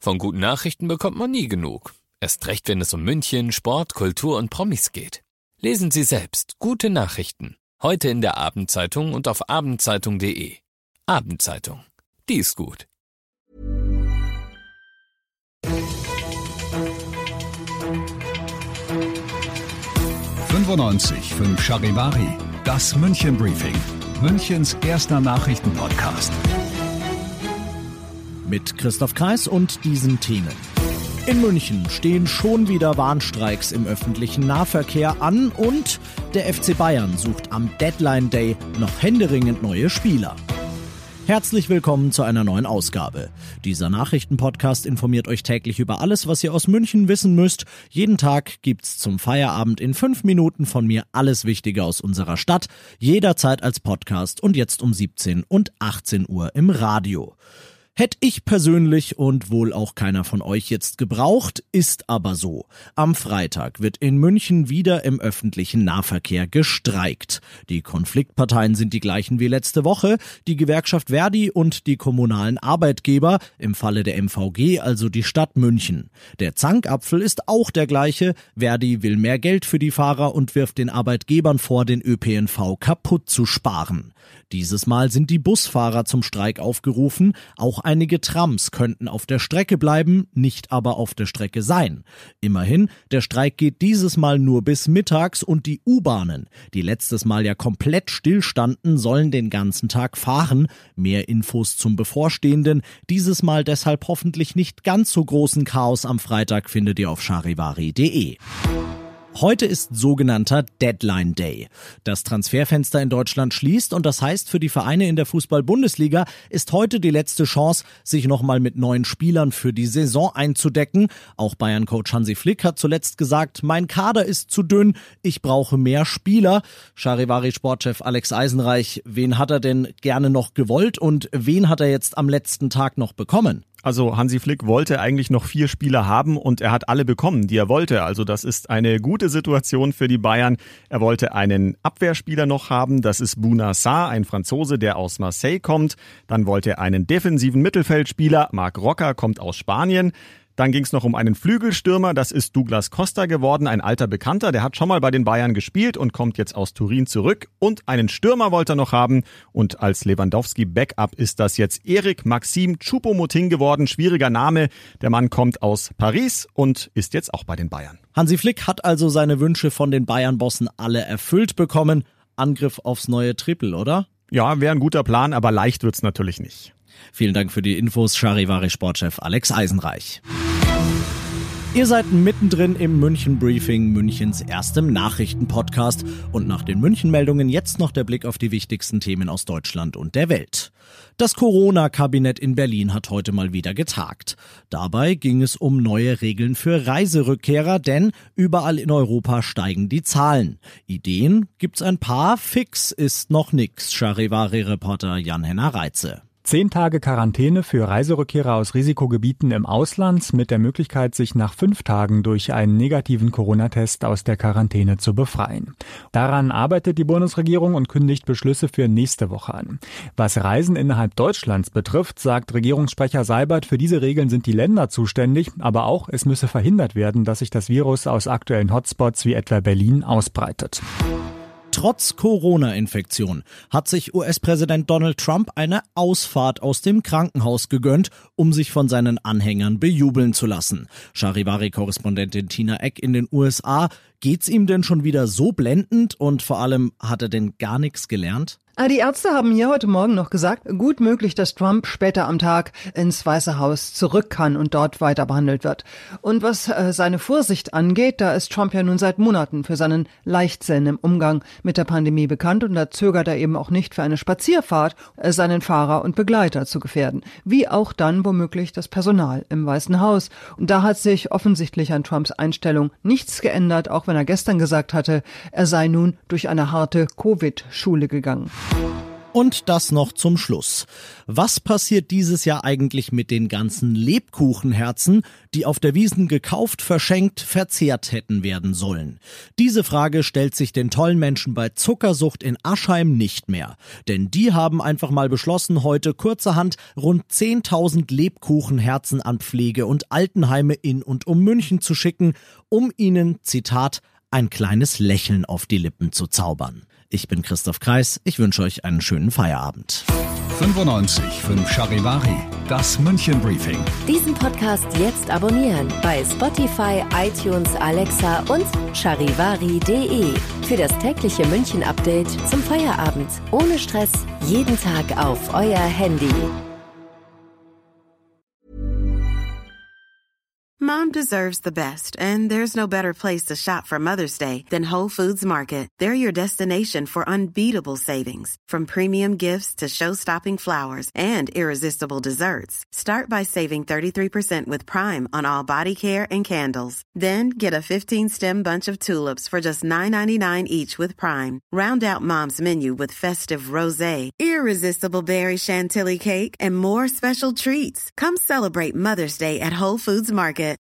Von guten Nachrichten bekommt man nie genug. Erst recht, wenn es um München, Sport, Kultur und Promis geht. Lesen Sie selbst gute Nachrichten. Heute in der Abendzeitung und auf abendzeitung.de. Abendzeitung. Die ist gut. 95.5 Charivari, das München Briefing, Münchens erster Nachrichtenpodcast. Mit Christoph Kreis und diesen Themen. In München stehen schon wieder Warnstreiks im öffentlichen Nahverkehr an und der FC Bayern sucht am Deadline Day noch händeringend neue Spieler. Herzlich willkommen zu einer neuen Ausgabe. Dieser Nachrichtenpodcast informiert euch täglich über alles, was ihr aus München wissen müsst. Jeden Tag gibt's zum Feierabend in 5 Minuten von mir alles Wichtige aus unserer Stadt. Jederzeit als Podcast und jetzt um 17 und 18 Uhr im Radio. Hätte ich persönlich und wohl auch keiner von euch jetzt gebraucht, ist aber so. Am Freitag wird in München wieder im öffentlichen Nahverkehr gestreikt. Die Konfliktparteien sind die gleichen wie letzte Woche, die Gewerkschaft Verdi und die kommunalen Arbeitgeber, im Falle der MVG also die Stadt München. Der Zankapfel ist auch der gleiche, Verdi will mehr Geld für die Fahrer und wirft den Arbeitgebern vor, den ÖPNV kaputt zu sparen. Dieses Mal sind die Busfahrer zum Streik aufgerufen, auch einige Trams könnten auf der Strecke bleiben, nicht aber auf der Strecke sein. Immerhin, der Streik geht dieses Mal nur bis mittags und die U-Bahnen, die letztes Mal ja komplett stillstanden, sollen den ganzen Tag fahren. Mehr Infos zum Bevorstehenden, dieses Mal deshalb hoffentlich nicht ganz so großen Chaos am Freitag findet ihr auf charivari.de. Heute ist sogenannter Deadline Day. Das Transferfenster in Deutschland schließt und das heißt für die Vereine in der Fußball-Bundesliga ist heute die letzte Chance, sich nochmal mit neuen Spielern für die Saison einzudecken. Auch Bayern-Coach Hansi Flick hat zuletzt gesagt, mein Kader ist zu dünn, ich brauche mehr Spieler. Charivari-Sportchef Alex Eisenreich, wen hat er denn gerne noch gewollt und wen hat er jetzt am letzten Tag noch bekommen? Also Hansi Flick wollte eigentlich noch 4 Spieler haben und er hat alle bekommen, die er wollte. Also das ist eine gute Situation für die Bayern. Er wollte einen Abwehrspieler noch haben, das ist Bouna Sarr, ein Franzose, der aus Marseille kommt. Dann wollte er einen defensiven Mittelfeldspieler, Marc Roca kommt aus Spanien. Dann ging es noch um einen Flügelstürmer, das ist Douglas Costa geworden, ein alter Bekannter, der hat schon mal bei den Bayern gespielt und kommt jetzt aus Turin zurück. Und einen Stürmer wollte er noch haben und als Lewandowski-Backup ist das jetzt Eric Maxim Choupo-Moting geworden, schwieriger Name. Der Mann kommt aus Paris und ist jetzt auch bei den Bayern. Hansi Flick hat also seine Wünsche von den Bayern-Bossen alle erfüllt bekommen. Angriff aufs neue Triple, oder? Ja, wäre ein guter Plan, aber leicht wird's natürlich nicht. Vielen Dank für die Infos, Charivari-Sportchef Alex Eisenreich. Ihr seid mittendrin im München Briefing, Münchens erstem Nachrichtenpodcast. Und nach den München-Meldungen jetzt noch der Blick auf die wichtigsten Themen aus Deutschland und der Welt. Das Corona-Kabinett in Berlin hat heute mal wieder getagt. Dabei ging es um neue Regeln für Reiserückkehrer, denn überall in Europa steigen die Zahlen. Ideen gibt's ein paar, fix ist noch nix, Charivari-Reporter Jan-Henner Reitze. 10 Tage Quarantäne für Reiserückkehrer aus Risikogebieten im Ausland mit der Möglichkeit, sich nach 5 Tagen durch einen negativen Corona-Test aus der Quarantäne zu befreien. Daran arbeitet die Bundesregierung und kündigt Beschlüsse für nächste Woche an. Was Reisen innerhalb Deutschlands betrifft, sagt Regierungssprecher Seibert, für diese Regeln sind die Länder zuständig, aber auch es müsse verhindert werden, dass sich das Virus aus aktuellen Hotspots wie etwa Berlin ausbreitet. Trotz Corona-Infektion hat sich US-Präsident Donald Trump eine Ausfahrt aus dem Krankenhaus gegönnt, um sich von seinen Anhängern bejubeln zu lassen. Charivari-Korrespondentin Tina Eck in den USA. Geht's ihm denn schon wieder so blendend und vor allem hat er denn gar nichts gelernt? Die Ärzte haben hier heute Morgen noch gesagt, gut möglich, dass Trump später am Tag ins Weiße Haus zurück kann und dort weiter behandelt wird. Und was seine Vorsicht angeht, da ist Trump ja nun seit Monaten für seinen Leichtsinn im Umgang mit der Pandemie bekannt und da zögert er eben auch nicht für eine Spazierfahrt, seinen Fahrer und Begleiter zu gefährden. Wie auch dann womöglich das Personal im Weißen Haus. Und da hat sich offensichtlich an Trumps Einstellung nichts geändert, auch wenn er gestern gesagt hatte, er sei nun durch eine harte Covid-Schule gegangen. Und das noch zum Schluss. Was passiert dieses Jahr eigentlich mit den ganzen Lebkuchenherzen, die auf der Wiesn gekauft, verschenkt, verzehrt hätten werden sollen? Diese Frage stellt sich den tollen Menschen bei Zuckersucht in Aschheim nicht mehr. Denn die haben einfach mal beschlossen, heute kurzerhand rund 10.000 Lebkuchenherzen an Pflege- und Altenheime in und um München zu schicken, um ihnen, Zitat, ein kleines Lächeln auf die Lippen zu zaubern. Ich bin Christoph Kreis, ich wünsche euch einen schönen Feierabend. 95.5 Charivari, das München Briefing. Diesen Podcast jetzt abonnieren bei Spotify, iTunes, Alexa und charivari.de. Für das tägliche München-Update zum Feierabend. Ohne Stress, jeden Tag auf euer Handy. Mom deserves the best, and there's no better place to shop for Mother's Day than Whole Foods Market. They're your destination for unbeatable savings, from premium gifts to show-stopping flowers and irresistible desserts. Start by saving 33% with Prime on all body care and candles. Then get a 15-stem bunch of tulips for just $9.99 each with Prime. Round out Mom's menu with festive rosé, irresistible berry chantilly cake, and more special treats. Come celebrate Mother's Day at Whole Foods Market.